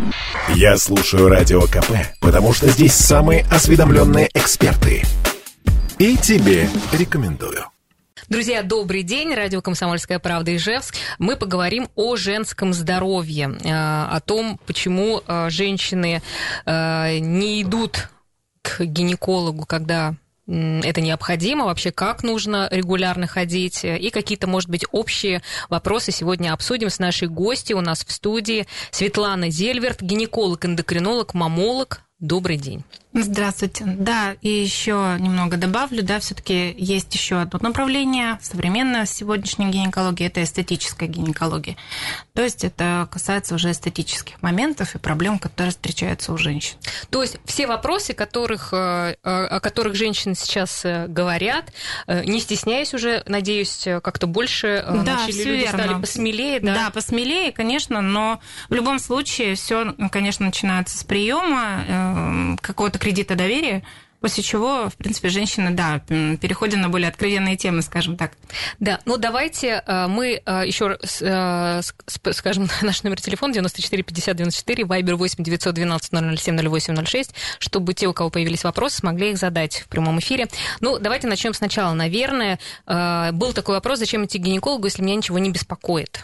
Я слушаю Радио КП, потому что здесь самые осведомленные эксперты. И тебе рекомендую. Друзья, добрый день. Радио «Комсомольская правда» Ижевск. Мы поговорим о женском здоровье, о том, почему женщины не идут к гинекологу, когда это необходимо, вообще как нужно регулярно ходить, и какие-то, может быть, общие вопросы сегодня обсудим с нашей гостьей. У нас в студии Светлана Зельверт, гинеколог, эндокринолог, мамолог. Добрый день. Здравствуйте. Да, и еще немного добавлю, да, все-таки есть еще одно направление современной сегодняшней гинекологии, это эстетическая гинекология. То есть это касается уже эстетических моментов и проблем, которые встречаются у женщин. То есть все вопросы, о которых женщины сейчас говорят, не стесняясь уже, надеюсь, как-то больше начали люди стали посмелее, да? Да, посмелее, конечно, но в любом случае все, конечно, начинается с приема какого-то кредита доверия, после чего, в принципе, женщины, да, переходят на более откровенные темы, скажем так. Да, ну давайте мы еще раз скажем наш номер телефона 94 50 94, Вайбер 8 912 007 08 06, чтобы те, у кого появились вопросы, смогли их задать в прямом эфире. Ну, давайте начнем сначала. Наверное, был такой вопрос, зачем идти к гинекологу, если меня ничего не беспокоит?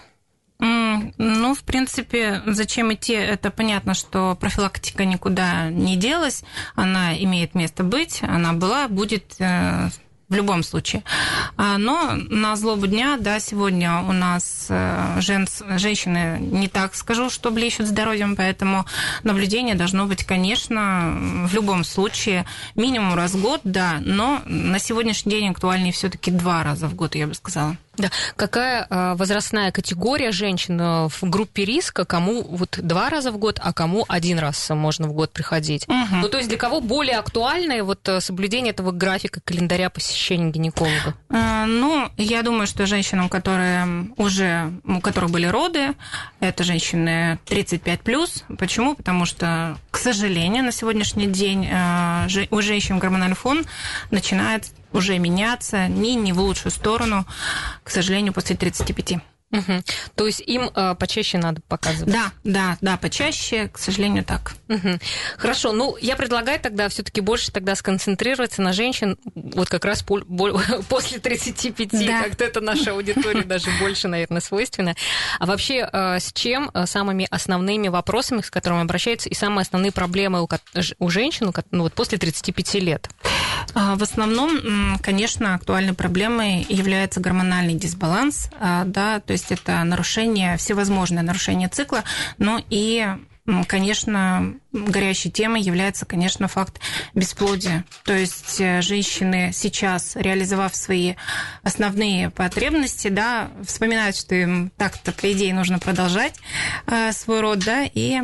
Ну, в принципе, зачем идти, это понятно, что профилактика никуда не делась, она имеет место быть, она была, будет в любом случае. Но на злобу дня, да, сегодня у нас женщины, не так скажу, что блещут здоровьем, поэтому наблюдение должно быть, конечно, в любом случае минимум раз в год, да, но на сегодняшний день актуальнее все-таки 2 раза в год, я бы сказала. Да. Какая возрастная категория женщин в группе риска, кому вот 2 раза в год, а кому 1 раз можно в год приходить? Угу. Ну, то есть для кого более актуально вот соблюдение этого графика, календаря посещения гинеколога? Ну, я думаю, что женщинам, у которых были роды, это женщины 35+. Почему? Потому что, к сожалению, на сегодняшний день у женщин гормональный фон начинает уже меняться, не в лучшую сторону, к сожалению, после 35. Угу. То есть им почаще надо показывать? Да, почаще, к сожалению, так. Угу. Хорошо, ну, я предлагаю тогда все-таки больше тогда сконцентрироваться на женщин вот как раз после 35, да. Как-то это наша аудитория даже больше, наверное, свойственна. А вообще с чем самыми основными вопросами, с которыми обращаются, и самые основные проблемы у женщин вот после 35 лет? В основном, конечно, актуальной проблемой является гормональный дисбаланс, да, то есть это всевозможные нарушения цикла, но и, конечно, горячей темой является, конечно, факт бесплодия. То есть женщины сейчас, реализовав свои основные потребности, да, вспоминают, что им так-то, по идее, нужно продолжать свой род, да, и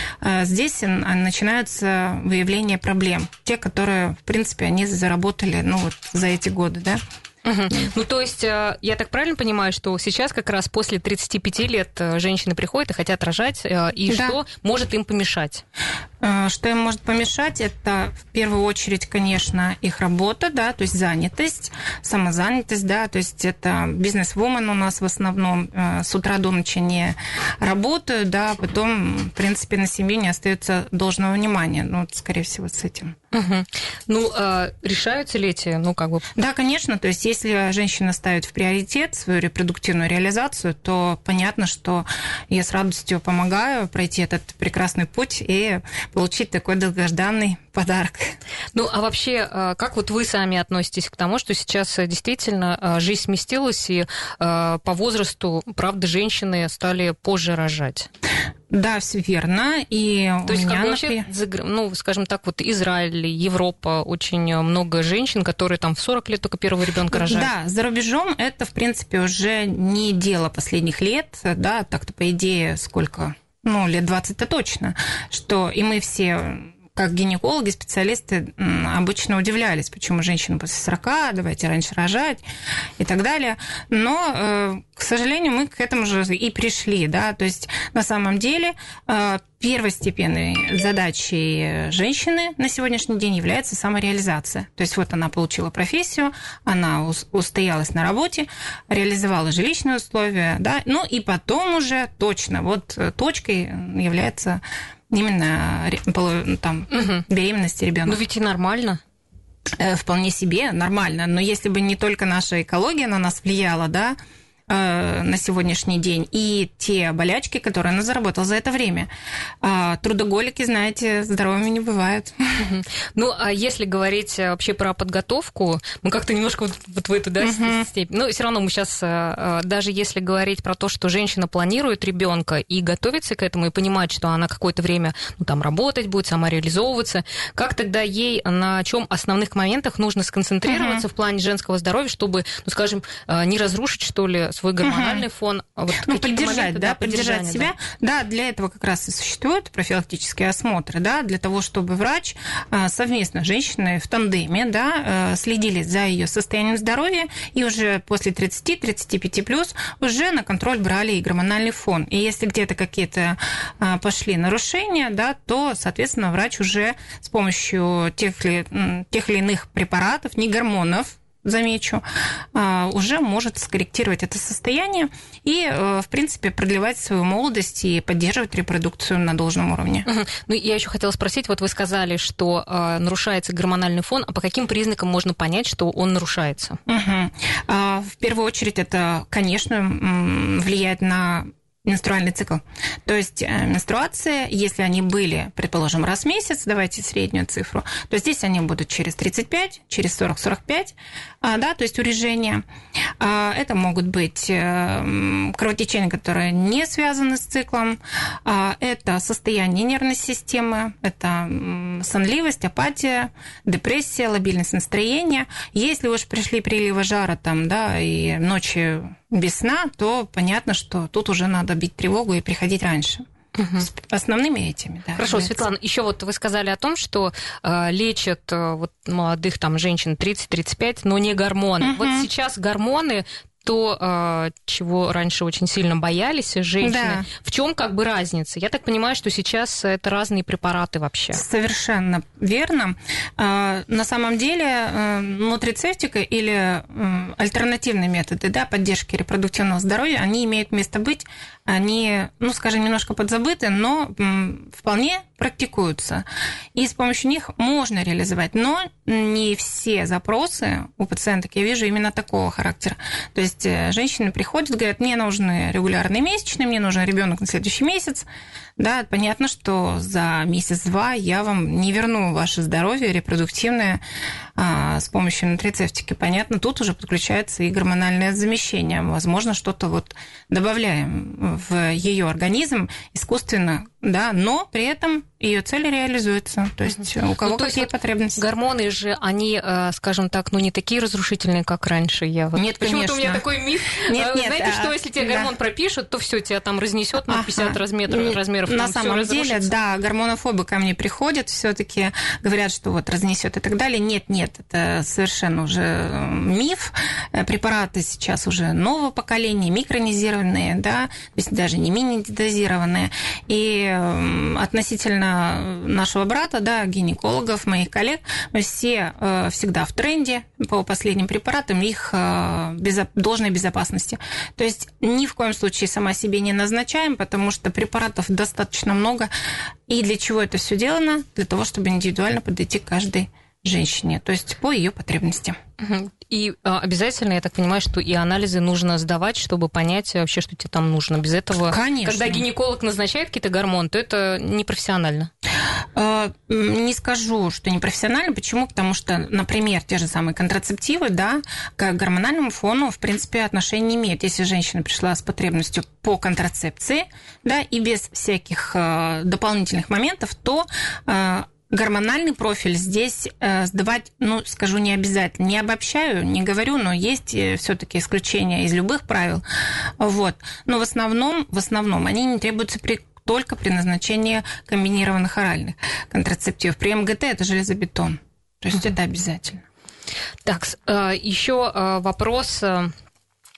здесь начинаются выявления проблем, те, которые, в принципе, они заработали, за эти годы, да. Угу. Ну, то есть, я так правильно понимаю, что сейчас как раз после 35 лет женщины приходят и хотят рожать, и да. Что может им помешать? Что им может помешать, это в первую очередь, конечно, их работа, да, то есть занятость, самозанятость, да, то есть это бизнес-вумен у нас в основном с утра до ночи не работают, да, потом, в принципе, на семью не остается должного внимания, скорее всего, с этим. Угу. Ну, решаются ли эти, Да, конечно, то есть если женщина ставит в приоритет свою репродуктивную реализацию, то понятно, что я с радостью помогаю пройти этот прекрасный путь и получить такой долгожданный подарок. Ну, а вообще, как вот вы сами относитесь к тому, что сейчас действительно жизнь сместилась, и по возрасту, правда, женщины стали позже рожать? Да, все верно. И то есть, как вообще, скажем так, вот Израиль, Европа, очень много женщин, которые там в 40 лет только первого ребенка рожают. Да, за рубежом это, в принципе, уже не дело последних лет, да, так-то, по идее, сколько, лет 20-то точно, что и мы все, как гинекологи, специалисты, обычно удивлялись, почему женщины после 40, давайте раньше рожать и так далее. Но, к сожалению, мы к этому же и пришли, да, то есть на самом деле первостепенной задачей женщины на сегодняшний день является самореализация. То есть вот она получила профессию, она устоялась на работе, реализовала жилищные условия, да, ну и потом уже точно вот точкой является именно там, беременность ребенка. Ну ведь и нормально. Вполне себе нормально, но если бы не только наша экология на нас влияла, да, на сегодняшний день, и те болячки, которые она заработала за это время. Трудоголики, знаете, здоровыми не бывают. Ну, а если говорить вообще про подготовку, мы как-то немножко вот в эту, да, степень. Но все равно мы сейчас, даже если говорить про то, что женщина планирует ребенка и готовится к этому, и понимает, что она какое-то время, ну, там, работать будет, самореализовываться, как тогда ей на чем основных моментах нужно сконцентрироваться в плане женского здоровья, чтобы, ну, скажем, не разрушить, что ли, свой гормональный фон, вот поддержать, моменты, да, поддержать себя. Да, для этого как раз и существуют профилактические осмотры, да, для того, чтобы врач совместно с женщиной в тандеме, да, следили за ее состоянием здоровья, и уже после 30-35+, уже на контроль брали и гормональный фон. И если где-то какие-то пошли нарушения, да, то, соответственно, врач уже с помощью тех или иных препаратов, не гормонов, замечу, уже может скорректировать это состояние и, в принципе, продлевать свою молодость и поддерживать репродукцию на должном уровне. Ну, я еще хотела спросить, вот вы сказали, что нарушается гормональный фон, а по каким признакам можно понять, что он нарушается? В первую очередь это, конечно, влияет на менструальный цикл. То есть менструации, если они были, предположим, раз в месяц, давайте среднюю цифру, то здесь они будут через 35, через 40-45, да, то есть урежение. Это могут быть кровотечения, которые не связаны с циклом, это состояние нервной системы, это сонливость, апатия, депрессия, лобильность настроения. Если уж пришли приливы жара там, да, и ночи без сна, то понятно, что тут уже надо бить тревогу и приходить раньше. С основными этими, да. Хорошо, является. Светлана, еще вот вы сказали о том, что лечат вот молодых там женщин 30-35, но не гормоны. Вот сейчас гормоны, то, чего раньше очень сильно боялись женщины. Да. В чем как бы разница? Я так понимаю, что сейчас это разные препараты вообще. Совершенно верно. На самом деле нутрицептика или альтернативные методы, да, поддержки репродуктивного здоровья, они имеют место быть. Они, ну, скажем, немножко подзабыты, но вполне практикуются. И с помощью них можно реализовать. Но не все запросы у пациенток я вижу именно такого характера. То есть женщины приходят, говорят, мне нужны регулярные месячные, мне нужен ребенок на следующий месяц. Да, понятно, что за месяц-два я вам не верну ваше здоровье репродуктивное с помощью нутрицептики. Понятно, тут уже подключается и гормональное замещение. Возможно, что-то вот добавляем в ее организм искусственно, да, но при этом ее цели реализуются. То есть у кого какие потребности. Гормоны же, они, скажем так, ну не такие разрушительные, как раньше. Я вот... Нет, почему-то у меня такой миф. Нет, знаете, что если тебе гормон пропишут, то все тебя там разнесет на 50 размеров. На самом деле, да, гормонофобы ко мне приходят, все-таки говорят, что вот разнесет и так далее. Нет, это совершенно уже миф. Препараты сейчас уже нового поколения, микронизированные, да, то есть даже не мини-дозированные. И относительно нашего брата, да, гинекологов, моих коллег, мы все всегда в тренде по последним препаратам, их должной безопасности. То есть ни в коем случае сама себе не назначаем, потому что препаратов достаточно много. И для чего это все делано? Для того, чтобы индивидуально подойти к каждой женщине, то есть по ее потребностям. И обязательно, я так понимаю, что и анализы нужно сдавать, чтобы понять вообще, что тебе там нужно. Без этого, конечно. Когда гинеколог назначает какие-то гормоны, то это непрофессионально. Не скажу, что непрофессионально. Почему? Потому что, например, те же самые контрацептивы, да, к гормональному фону, в принципе, отношения не имеют. Если женщина пришла с потребностью по контрацепции, да, и без всяких дополнительных моментов, то гормональный профиль здесь сдавать, ну, скажу, не обязательно. Не обобщаю, не говорю, но есть все-таки исключения из любых правил. Вот. Но в основном они не требуются только при назначении комбинированных оральных контрацептивов. При МГТ это железобетон. То есть это обязательно. Так, еще вопрос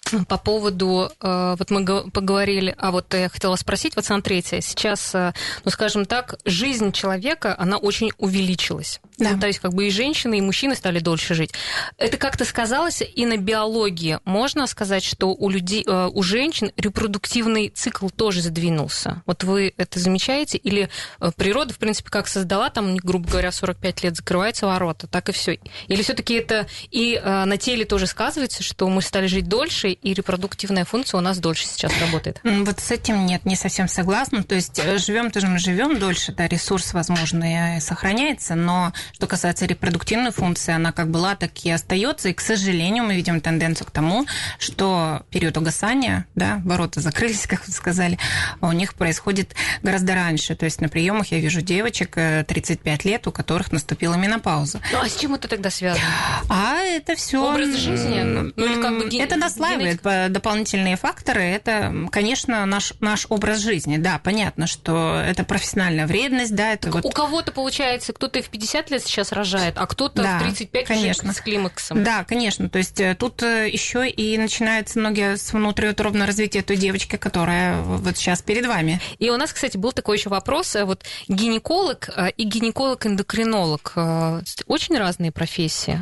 По поводу, вот мы поговорили, вот я хотела спросить, вот смотрите, сейчас, ну, скажем так, жизнь человека, она очень увеличилась. Да. Ну, то есть как бы и женщины, и мужчины стали дольше жить. Это как-то сказалось и на биологии. Можно сказать, что у людей, у женщин репродуктивный цикл тоже задвинулся? Вот вы это замечаете? Или природа, в принципе, как создала, там, грубо говоря, 45 лет закрываются ворота, так и все? Или все-таки это и на теле тоже сказывается, что мы стали жить дольше, и репродуктивная функция у нас дольше сейчас работает? Вот с этим нет, не совсем согласна. То есть живем-то же мы живем дольше, да, ресурс, возможно, и сохраняется, но что касается репродуктивной функции, она как была, так и остается. И, к сожалению, мы видим тенденцию к тому, что период угасания, да, ворота закрылись, как вы сказали, у них происходит гораздо раньше. То есть на приемах я вижу девочек 35 лет, у которых наступила менопауза. Ну, а с чем это тогда связано? А это все образ жизни? Ну, или как бы это наслаивает дополнительные факторы. Это, конечно, наш образ жизни. Да, понятно, что это профессиональная вредность, да. Это вот... У кого-то, получается, кто-то и в 50 лет сейчас рожает, а кто-то в 35 конечно. Уже с климаксом. Да, конечно. То есть тут еще и начинается многие с внутриутробного развития той девочки, которая вот сейчас перед вами. И у нас, кстати, был такой еще вопрос. Вот гинеколог и гинеколог-эндокринолог очень разные профессии.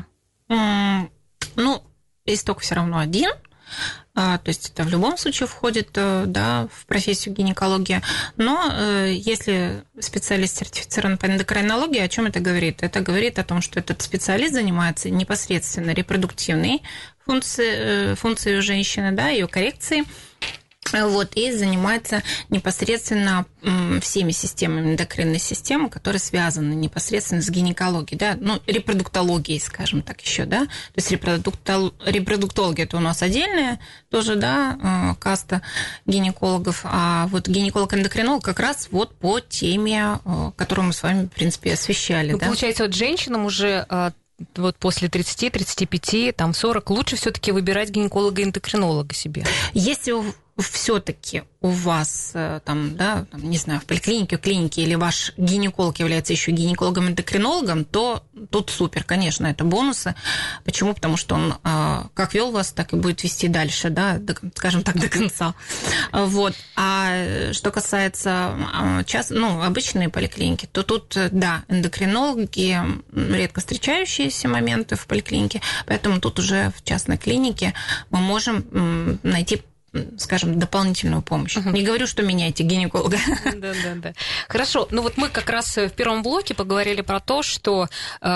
Ну, исток все равно один. То есть это в любом случае входит, да, в профессию гинекология. Но если специалист сертифицирован по эндокринологии, о чем это говорит? Это говорит о том, что этот специалист занимается непосредственно репродуктивной функцией у женщины, да, ее коррекцией. Вот, и занимается непосредственно всеми системами эндокринной системы, которые связаны непосредственно с гинекологией, да, ну, репродуктологией, скажем так, еще, да, то есть репродуктология – это у нас отдельная тоже, да, каста гинекологов, а вот гинеколог-эндокринолог как раз вот по теме, которую мы с вами, в принципе, освещали, ну, да. Получается, вот женщинам уже вот после 30, 35, там 40 лучше все-таки выбирать гинеколога-эндокринолога себе. Если все-таки у вас там, да, там, не знаю, в поликлинике, в клинике или ваш гинеколог является еще гинекологом-эндокринологом, то тут супер, конечно, это бонусы. Почему? Потому что он как вел вас, так и будет вести дальше, да, скажем так, до конца. Вот. А что касается обычной поликлиники, то тут, да, эндокринологи редко встречающиеся моменты в поликлинике, поэтому тут уже в частной клинике мы можем найти, скажем, дополнительную помощь. Не говорю, что меняйте гинеколога. Да. Хорошо. Ну вот мы как раз в первом блоке поговорили про то, что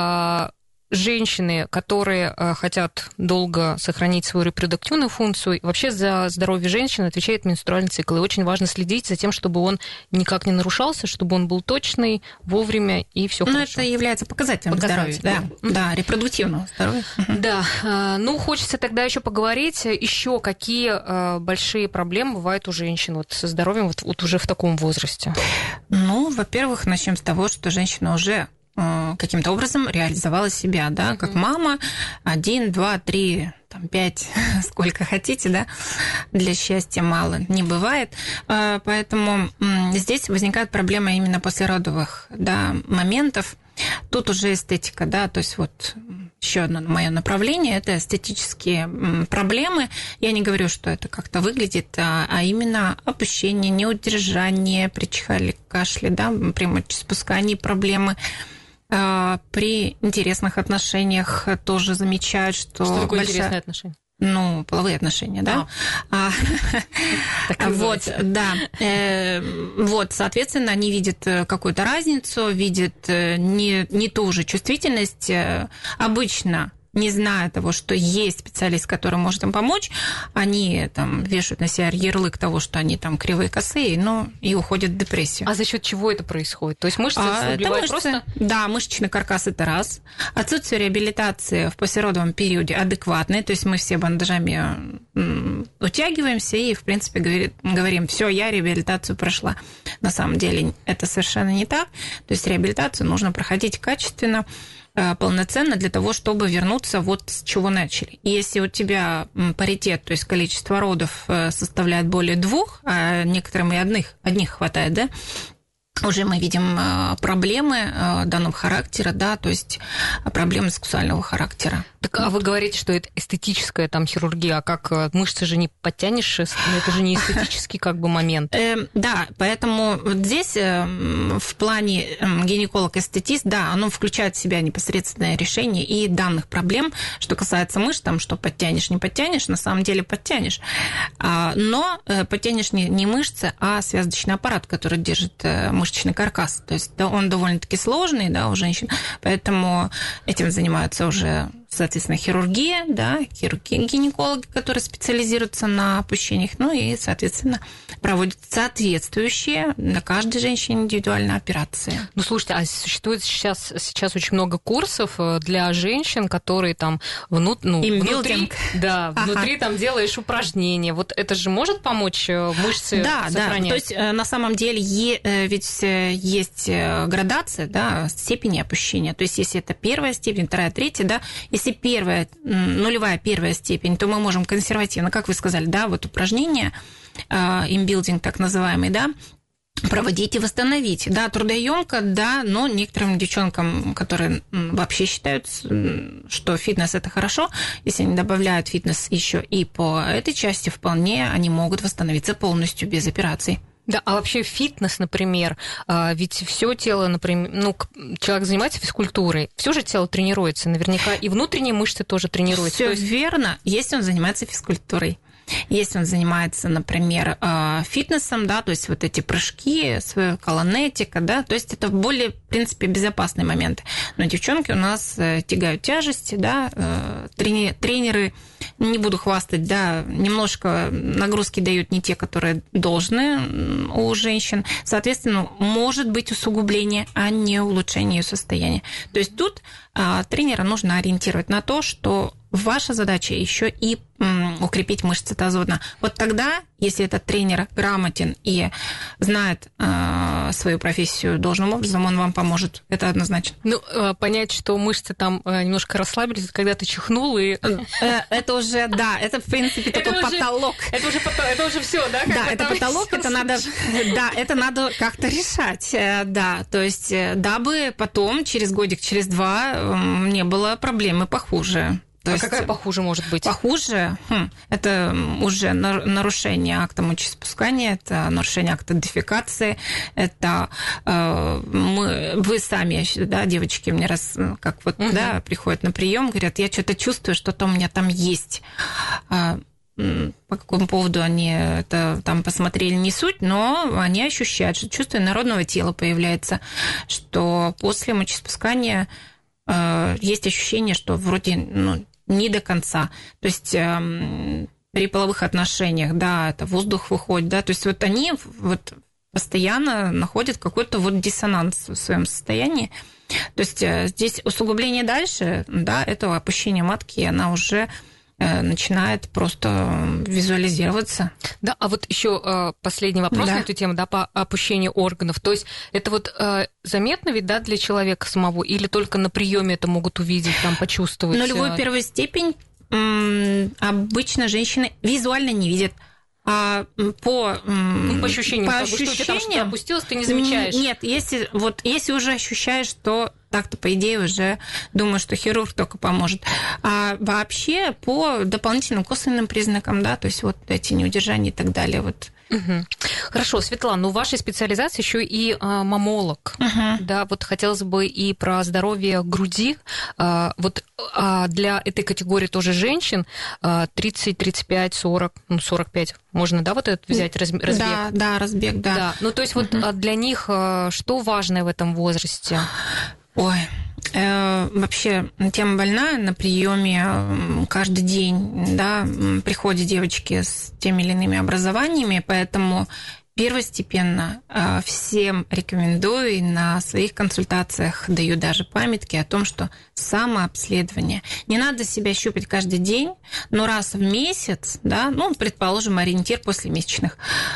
женщины, которые хотят долго сохранить свою репродуктивную функцию, вообще за здоровье женщины отвечает менструальный цикл. И очень важно следить за тем, чтобы он никак не нарушался, чтобы он был точный, вовремя и все хорошо. Это является показателем здоровья. Да, репродуктивного здоровья. Да. Ну, хочется тогда еще поговорить, еще какие большие проблемы бывают у женщин вот со здоровьем вот уже в таком возрасте. Ну, во-первых, начнем с того, что женщина уже каким-то образом реализовала себя, да, как мама, 1, 2, 3, 5, сколько хотите, да, для счастья мало не бывает, поэтому здесь возникает проблема именно послеродовых, да, моментов. Тут уже эстетика, да, то есть вот еще одно мое направление – это эстетические проблемы. Я не говорю, что это как-то выглядит, а именно опущение, неудержание при чихале, кашле, да, при мочеиспускании проблемы. При интересных отношениях тоже замечают, что... Что такое интересные отношения? Ну, половые отношения, да? Вот, да. Вот, соответственно, они видят какую-то разницу, видят не ту же чувствительность. Обычно, не зная того, что есть специалист, который может им помочь, они там вешают на себя ярлык того, что они там кривые, косые, ну, и уходят в депрессию. А за счет чего это происходит? То есть мышцы ослабевают просто? Да, мышечный каркас – это раз. Отсутствие реабилитации в послеродовом периоде адекватной, то есть мы все бандажами утягиваемся и, в принципе, говорим, все, я реабилитацию прошла. На самом деле это совершенно не так. То есть реабилитацию нужно проходить качественно, полноценно для того, чтобы вернуться вот с чего начали. И если у тебя паритет, то есть количество родов составляет более 2, а некоторым и одних хватает, да, уже мы видим проблемы данного характера, да, то есть проблемы сексуального характера. Так, а вы говорите, что это эстетическая там хирургия, а как мышцы же не подтянешь, это же не эстетический как бы момент. Да, поэтому вот здесь в плане гинеколог-эстетист, да, оно включает в себя непосредственное решение и данных проблем, что касается мышц, там, что подтянешь, не подтянешь, на самом деле подтянешь, но подтянешь не мышцы, а связочный аппарат, который держит мышечный каркас, то есть он довольно-таки сложный, да, у женщин, поэтому этим занимаются уже, соответственно, хирургия, да, гинекологи, которые специализируются на опущениях, ну и, соответственно, проводят соответствующие для каждой женщины индивидуальные операции. Ну, слушайте, а существует сейчас очень много курсов для женщин, которые там внутри, да, внутри там делаешь упражнения. Вот это же может помочь мышцы сохранять? Да, то есть на самом деле ведь есть градация, да, степени опущения. То есть если это первая степень, вторая, третья, да, если нулевая первая степень, то мы можем консервативно, как вы сказали, да, вот упражнения, имбилдинг так называемый, да, проводить и восстановить. Да, трудоемко, да, но некоторым девчонкам, которые вообще считают, что фитнес – это хорошо, если они добавляют фитнес еще и по этой части, вполне они могут восстановиться полностью без операций. Да, а вообще фитнес, например, ведь все тело, например, человек занимается физкультурой, все же тело тренируется, наверняка и внутренние мышцы тоже тренируются. Все верно, если он занимается физкультурой. Если он занимается, например, фитнесом, да, то есть вот эти прыжки, колонетика, да, то есть это более, в принципе, безопасные моменты. Но девчонки у нас тягают тяжести, да, тренеры, не буду хвастать, да, немножко нагрузки дают не те, которые должны у женщин. Соответственно, может быть усугубление, а не улучшение ее состояния. То есть тут тренера нужно ориентировать на то, что ваша задача еще и укрепить мышцы тазодна. Вот тогда, если этот тренер грамотен и знает свою профессию должным образом, он вам поможет. Это однозначно. Ну, понять, что мышцы там немножко расслабились, когда ты чихнул и... Это уже, да, это, в принципе, такой потолок. Это уже все, да? Да, это потолок, это надо как-то решать, да. То есть, дабы потом, через годик, через два, не было проблемы похуже. Какая похуже может быть? Похуже? Это уже нарушение акта мочеиспускания, это нарушение акта дефекации, это вы сами, да, девочки мне да, приходят на прием, говорят, я что-то чувствую, что-то у меня там есть. По какому поводу они это там посмотрели, не суть, но они ощущают, что чувство народного тела появляется, что после мочеиспускания есть ощущение, что вроде не до конца. То есть при половых отношениях, да, это воздух выходит, да, то есть вот они постоянно находят какой-то диссонанс в своем состоянии. То есть здесь усугубление дальше, да, этого опущения матки, она уже начинает просто визуализироваться. Да, а вот еще последний вопрос на эту тему, да, по опущению органов. То есть это заметно ведь, да, для человека самого, или только на приеме это могут увидеть, там, почувствовать? Нулевую первую степень обычно женщины визуально не видят. А по ощущениям, что у тебя там что-то опустилось, ты не замечаешь? Нет, если уже ощущаешь, то так-то, по идее, уже думаю, что хирург только поможет. А вообще по дополнительным косвенным признакам, да, то есть вот эти неудержания и так далее, вот. Угу. Хорошо, Светлана, у вашей специализации еще и маммолог. Да, вот хотелось бы и про здоровье груди. Вот для этой категории тоже женщин 30, 35, 40, 45 можно, да, вот этот взять разбег? Да, разбег, да. Ну, то есть вот для них что важное в этом возрасте? Ой, вообще тема больная. На приеме каждый день, да, приходят девочки с теми или иными образованиями, поэтому первостепенно всем рекомендую и на своих консультациях даю даже памятки о том, что самообследование. Не надо себя щупать каждый день, но раз в месяц, да, предположим, ориентир после месячных,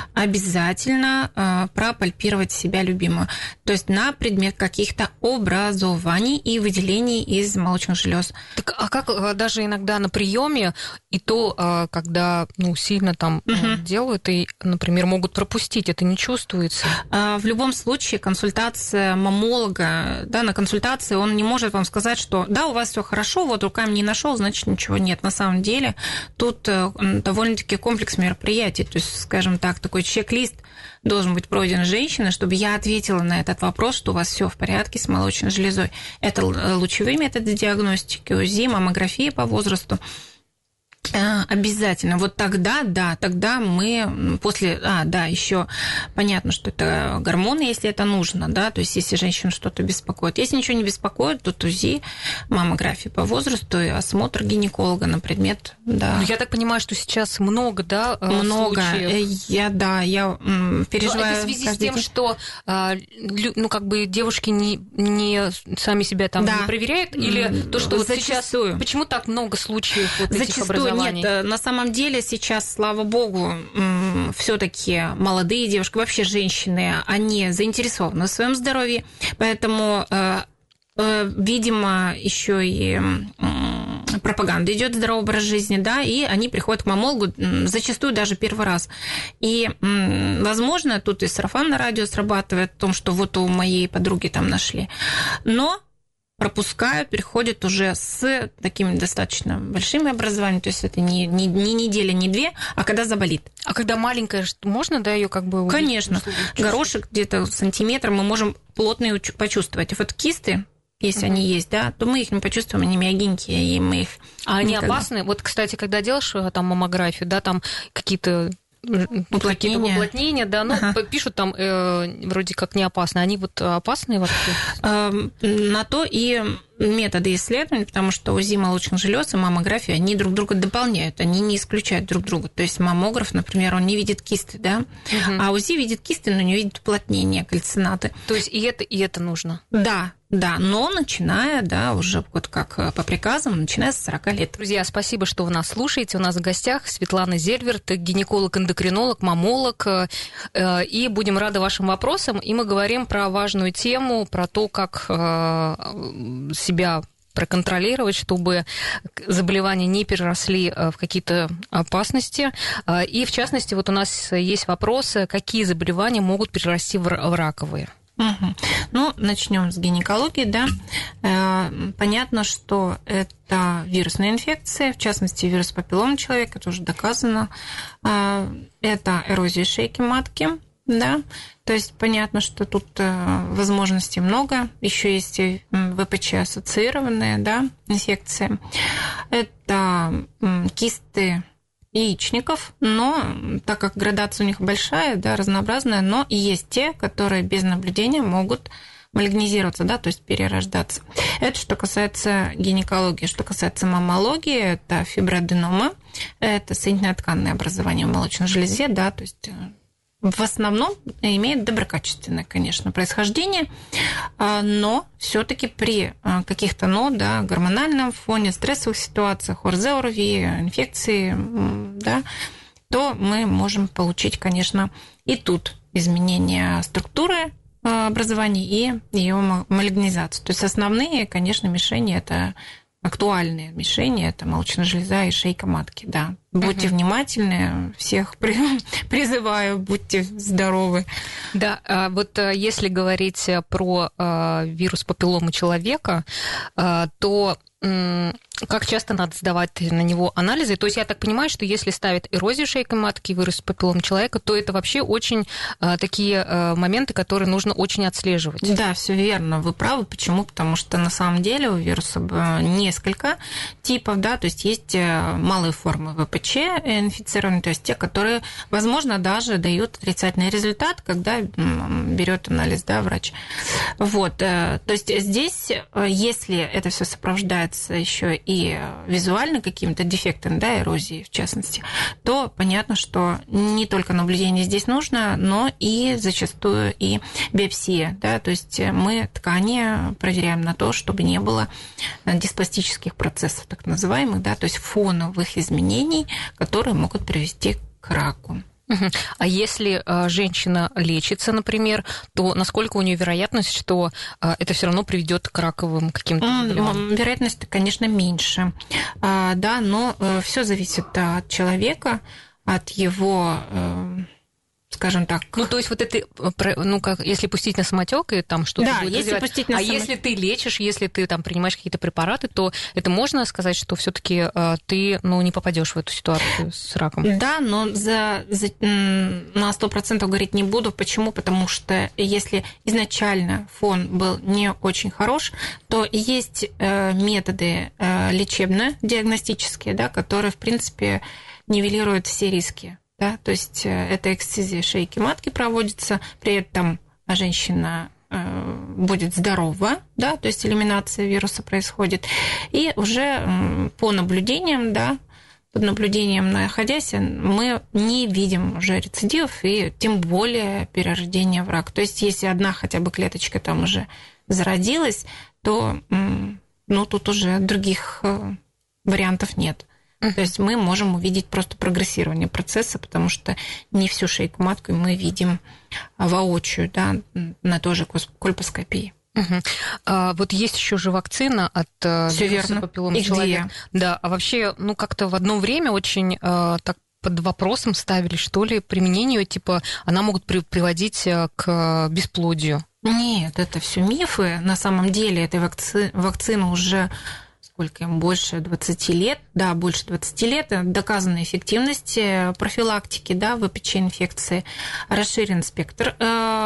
обязательно пропальпировать себя любимую. То есть на предмет каких-то образований и выделений из молочных желез. Так, а как даже иногда на приеме и то, когда сильно там делают и, например, могут пропустить пропустить, это не чувствуется. В любом случае консультация маммолога, да, на консультации он не может вам сказать, что да, у вас все хорошо, вот руками не нашел, значит ничего нет. На самом деле тут довольно-таки комплекс мероприятий, то есть, скажем так, такой чек-лист должен быть пройден женщиной, чтобы я ответила на этот вопрос, что у вас все в порядке с молочной железой. Это лучевые методы диагностики, УЗИ, маммография по возрасту. Обязательно. Вот тогда, да, тогда мы после... еще понятно, что это гормоны, если это нужно, да, то есть если женщину что-то беспокоит. Если ничего не беспокоит, то УЗИ, маммография по возрасту и осмотр гинеколога на предмет, да. Ну, я так понимаю, что сейчас много, да, много. Случаев? Я переживаю. Это в связи с тем, что, девушки не сами себя там не проверяют, или то, что вот сейчас... Почему так много случаев вот этих образований? Нет, на самом деле сейчас, слава богу, все-таки молодые девушки, вообще женщины, они заинтересованы в своем здоровье, поэтому, видимо, еще и пропаганда идет здоровый образ жизни, да, и они приходят к маммологу зачастую даже первый раз. И, возможно, тут и сарафанное радио срабатывает о том, что вот у моей подруги там нашли, но пропускают, переходят уже с такими достаточно большими образованиями, то есть это не неделя, не две, а когда заболит. А когда маленькая, можно, да, ее как бы... Конечно. Горошек где-то сантиметр мы можем плотно почувствовать. Вот кисты, если они есть, да, то мы их не почувствуем, они мягенькие, и мы их... А они опасны? Вот, кстати, когда делаешь там маммографию, да, там какие-то уплотнения, да, пишут там вроде как не опасны. Они вот опасные вообще? На то и методы исследований, потому что УЗИ молочных желез и маммография, они друг друга дополняют, они не исключают друг друга. То есть маммограф, например, он не видит кисты, да, а УЗИ видит кисты, но не видит уплотнения, кальцинаты. То есть и это нужно? Да, но начиная, да, уже вот как по приказам, начиная с 40 лет. Друзья, спасибо, что вы нас слушаете. У нас в гостях Светлана Зельверт, гинеколог-эндокринолог, маммолог. И будем рады вашим вопросам. И мы говорим про важную тему, про то, как себя проконтролировать, чтобы заболевания не переросли в какие-то опасности. И, в частности, вот у нас есть вопрос, какие заболевания могут перерасти в раковые. Ну, начнем с гинекологии, да. Понятно, что это вирусные инфекции, в частности, вирус папиллома человека, это уже доказано. Это эрозия шейки матки, да. То есть понятно, что тут возможностей много. Еще есть и ВПЧ-ассоциированные, да, инфекции. Это кисты яичников, но так как градация у них большая, да, разнообразная, но и есть те, которые без наблюдения могут малигнизироваться, да, то есть перерождаться. Это что касается гинекологии. Что касается маммологии, это фиброаденома, это соединительно-тканное образование в молочной железе, да, то есть в основном имеет доброкачественное, конечно, происхождение, но все-таки при каких-то, да, гормональном фоне, стрессовых ситуациях, ОРЗ, ОРВИ, инфекции, да, то мы можем получить, конечно, и тут изменение структуры образования и ее малигнизацию. То есть основные, конечно, мишени – это актуальные мишени, это молочная железа и шейка матки, да. Будьте внимательны, всех призываю, будьте здоровы. Да, вот если говорить про вирус папилломы человека, то как часто надо сдавать на него анализы? То есть я так понимаю, что если ставят эрозию шейки матки, вирус папиллом человека, то это вообще очень такие моменты, которые нужно очень отслеживать. Да, все верно, вы правы. Почему? Потому что на самом деле у вируса несколько типов, да, то есть есть малые формы ВПЧ инфицированные, то есть те, которые, возможно, даже дают отрицательный результат, когда берет анализ, да, врач. Вот, то есть здесь, если это все сопровождается еще и визуально какими-то дефектами, да, эрозии в частности, то понятно, что не только наблюдение здесь нужно, но и зачастую и биопсия, да, то есть мы ткани проверяем на то, чтобы не было диспластических процессов, так называемых, да, то есть фоновых изменений, которые могут привести к раку. А если женщина лечится, например, то насколько у нее вероятность, что это все равно приведет к раковым каким-то заболеваниям? Вероятность, конечно, меньше, да, но все зависит от человека, от его скажем так. Ну, то есть вот это, ну, как, если пустить на самотек и там что-то будет если пустить на самотек. Если ты лечишь, если ты там принимаешь какие-то препараты, то это можно сказать, что все-таки ты, ну, не попадешь в эту ситуацию с раком? Да, но на 100% говорить не буду. Почему? Потому что если изначально фон был не очень хорош, то есть методы лечебно-диагностические, да, которые, в принципе, нивелируют все риски. Да, то есть это эксцизия шейки матки проводится, при этом женщина будет здорова, да, то есть элиминация вируса происходит, и уже по наблюдениям, да, под наблюдением находясь, мы не видим уже рецидивов и тем более перерождения в рак. То есть если одна хотя бы клеточка там уже зародилась, то ну, тут уже других вариантов нет. То есть мы можем увидеть просто прогрессирование процесса, потому что не всю шейку матку мы видим воочию, да, на той же кольпоскопии. Вот есть еще же вакцина от вируса папиллома человека. Да, а вообще, ну, как-то в одно время очень так под вопросом ставили, что ли, применение ее, типа, она может приводить к бесплодию. Нет, это все мифы. На самом деле этой вакцины уже... Сколько им? Больше 20 лет. Да, больше 20 лет. Доказана эффективность профилактики, да, ВПЧ-инфекции. Расширен спектр,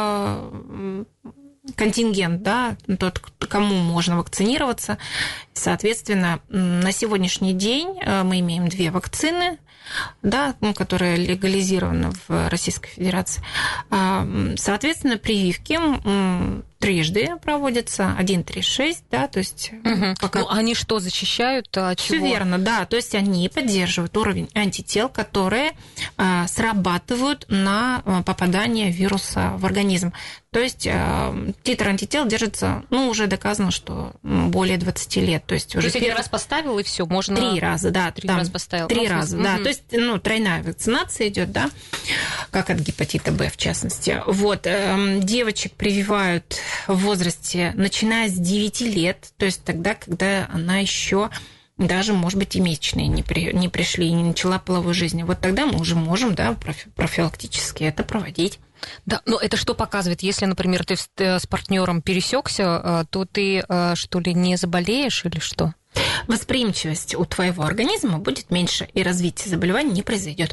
контингент, да, тот, кому можно вакцинироваться. Соответственно, на сегодняшний день мы имеем 2 вакцины, да, которые легализированы в Российской Федерации. Соответственно, прививки трижды проводятся, 1, 3, 6, да, то есть... Пока... Ну, они что, защищают от чего? Всё верно, да, то есть они поддерживают уровень антител, которые срабатывают на попадание вируса в организм. То есть титр антител держится, ну, уже доказано, что более 20 лет. То есть уже 1 раз поставил, и все, можно... 3 раза, да. 3 раза поставил. 3 раза, да. То есть, ну, тройная вакцинация идет, да, как от гепатита Б, в частности. Вот, девочек прививают в возрасте, начиная с 9 лет, то есть тогда, когда она еще даже, может быть, и месячные не пришли, и не начала половой жизни. Вот тогда мы уже можем, да, профилактически это проводить. Да, но это что показывает? Если, например, ты с партнером пересекся, то ты, что ли, не заболеешь или что? Восприимчивость у твоего организма будет меньше, и развитие заболеваний не произойдет.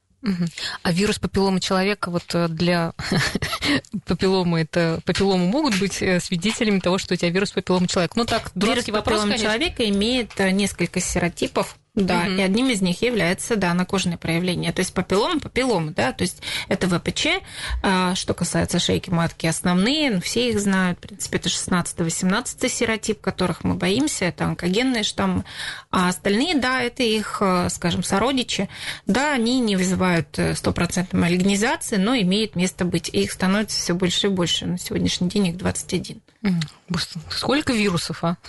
А вирус папилломы человека, вот для папилломы могут быть свидетелями того, что у тебя вирус папилломы человека? Ну так, дурацкий вопрос, конечно. Вирус папилломы человека имеет несколько серотипов. Да, и одним из них является, да, накожные проявления. То есть папилломы, да, то есть это ВПЧ, что касается шейки матки, основные, все их знают, в принципе, это 16-18 серотип, которых мы боимся, это онкогенные штаммы, а остальные, да, это их, скажем, сородичи, да, они не вызывают 100% малигнизации, но имеют место быть, и их становится все больше и больше, на сегодняшний день их 21. Сколько вирусов, а?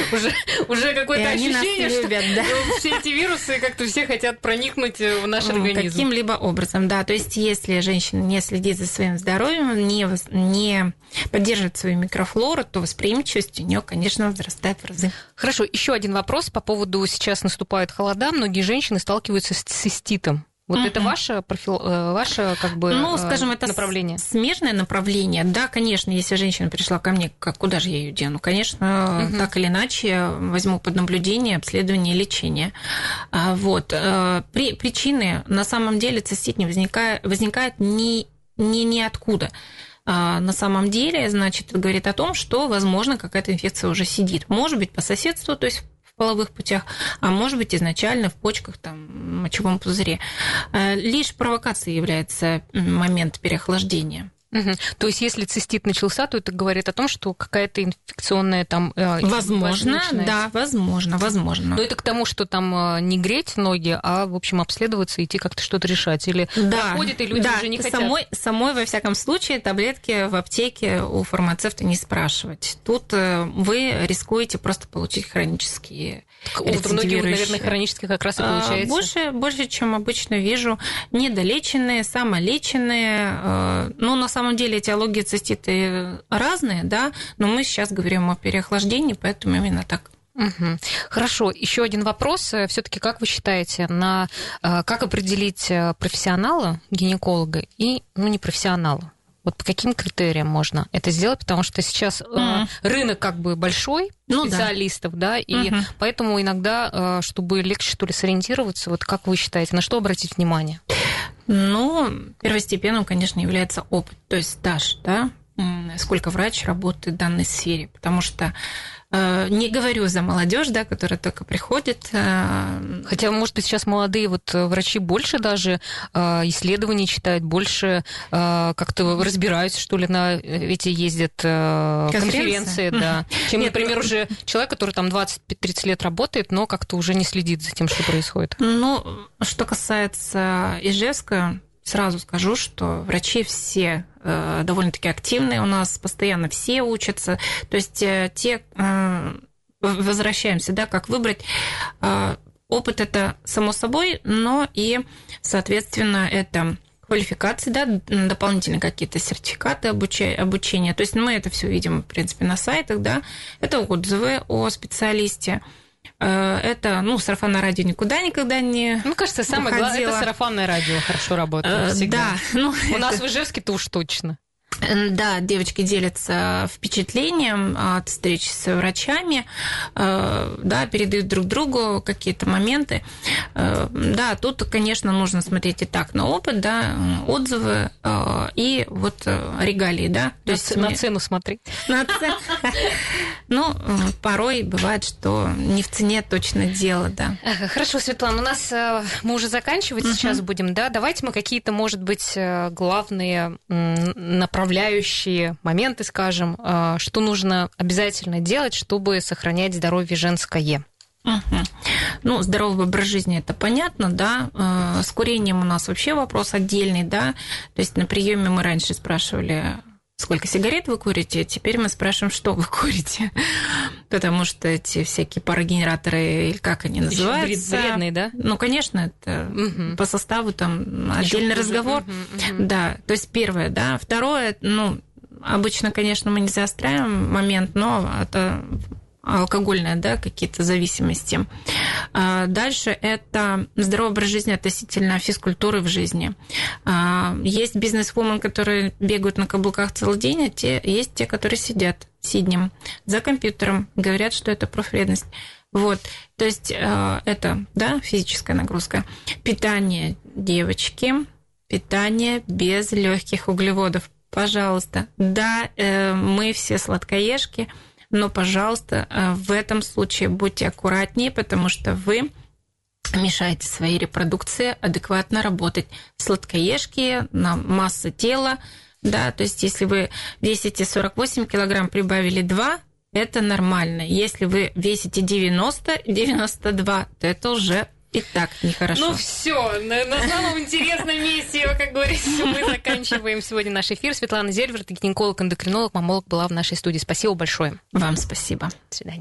Уже какое-то ощущение, что любят, да. Все эти вирусы как-то все хотят проникнуть в наш организм. Каким-либо образом, да. То есть, если женщина не следит за своим здоровьем, не поддерживает свою микрофлору, то восприимчивость у нее, конечно, возрастает в разы. Хорошо, еще один вопрос по поводу, сейчас наступают холода, многие женщины сталкиваются с циститом. Вот это ваше как бы, ну, скажем, это направление? Смежное направление. Да, конечно, если женщина пришла ко мне, куда же я ее дену? Конечно, так или иначе возьму под наблюдение, обследование, лечение. Вот. Причины, на самом деле, цистит не возникает ниоткуда. На самом деле, значит, это говорит о том, что, возможно, какая-то инфекция уже сидит. Может быть, по соседству, то есть в половых путях, а может быть, изначально в почках, там, мочевом пузыре. Лишь провокацией является момент переохлаждения. То есть, если цистит начался, то это говорит о том, что какая-то инфекционная там... Возможно, да, возможно. Но это к тому, что там не греть ноги, а, в общем, обследоваться, идти как-то что-то решать. Или проходит, и люди уже не хотят. Самой, во всяком случае, таблетки в аптеке у фармацевта не спрашивать. Тут вы рискуете просто получить хронические рецидивирующие. У многих, наверное, хронические как раз и получается. Больше, чем обычно вижу. Недолеченные, самолеченные. Ну, на самом деле, этиологии циститы разные, да, но мы сейчас говорим о переохлаждении, поэтому именно так Угу. Хорошо. Еще один вопрос. Все-таки, как вы считаете, как определить профессионала, гинеколога и непрофессионала? Вот по каким критериям можно это сделать? Потому что сейчас рынок как бы большой специалистов, да, и поэтому иногда, чтобы легче, что ли, сориентироваться, вот как вы считаете, на что обратить внимание? Первостепенным, конечно, является опыт, то есть стаж, да, сколько врач работает в данной сфере, потому что не говорю за молодежь, да, которая только приходит. Хотя, может быть, сейчас молодые врачи больше даже исследований читают, больше как-то разбираются, что ли, на эти ездят конференции, да. Чем, например, уже человек, который там 25-30 лет работает, но как-то уже не следит за тем, что происходит. Что касается Ижевска, сразу скажу, что врачи все довольно-таки активные, у нас постоянно все учатся, то есть возвращаемся, да, как выбрать. Опыт – это само собой, но и, соответственно, это квалификации, да, дополнительные какие-то сертификаты обучения, то есть мы это все видим, в принципе, на сайтах, да, это отзывы о специалисте. Это, сарафанное радио никуда никогда не кажется, самое главное, это сарафанное радио хорошо работает всегда. Да. У нас в Ижевске-то уж точно. Да, девочки делятся впечатлением от встреч с врачами, да, передают друг другу какие-то моменты. Да, тут, конечно, нужно смотреть и так на опыт, да, отзывы и регалии, да. То есть на цену смотреть. На цену. Порой бывает, что не в цене точно дело, да. Хорошо, Светлана, мы уже заканчивать сейчас будем, да? Давайте мы какие-то, может быть, главные направляющие моменты, скажем, что нужно обязательно делать, чтобы сохранять здоровье женское. Здоровый образ жизни, это понятно, да. С курением у нас вообще вопрос отдельный, да. То есть на приеме мы раньше спрашивали, сколько сигарет вы курите, теперь мы спрашиваем, что вы курите, потому что эти всякие парогенераторы, или как они называются. Вредные, да? Конечно, это по составу там отдельный разговор. Да, то есть первое, да. Второе, обычно, конечно, мы не заостряем момент, но это алкогольные, да, какие-то зависимости. Дальше это здоровый образ жизни относительно физкультуры в жизни. Есть бизнес-вумен, которые бегают на каблуках целый день, а есть те, которые сидят сиднем за компьютером, говорят, что это профвредность. То есть это, да, физическая нагрузка. Питание, девочки, питание без легких углеводов. Пожалуйста. Да, мы все сладкоежки, но, пожалуйста, в этом случае будьте аккуратнее, потому что вы мешаете своей репродукции адекватно работать. Сладкоежки, масса тела, да, то есть если вы весите 48 килограмм, прибавили 2, это нормально. Если вы весите 90-92, то это уже и так нехорошо. Все, на самом интересном месте, как говорится, мы заканчиваем сегодня наш эфир. Светлана Зельверт, гинеколог-эндокринолог, мамолог, была в нашей студии. Спасибо большое. Вам спасибо. До свидания.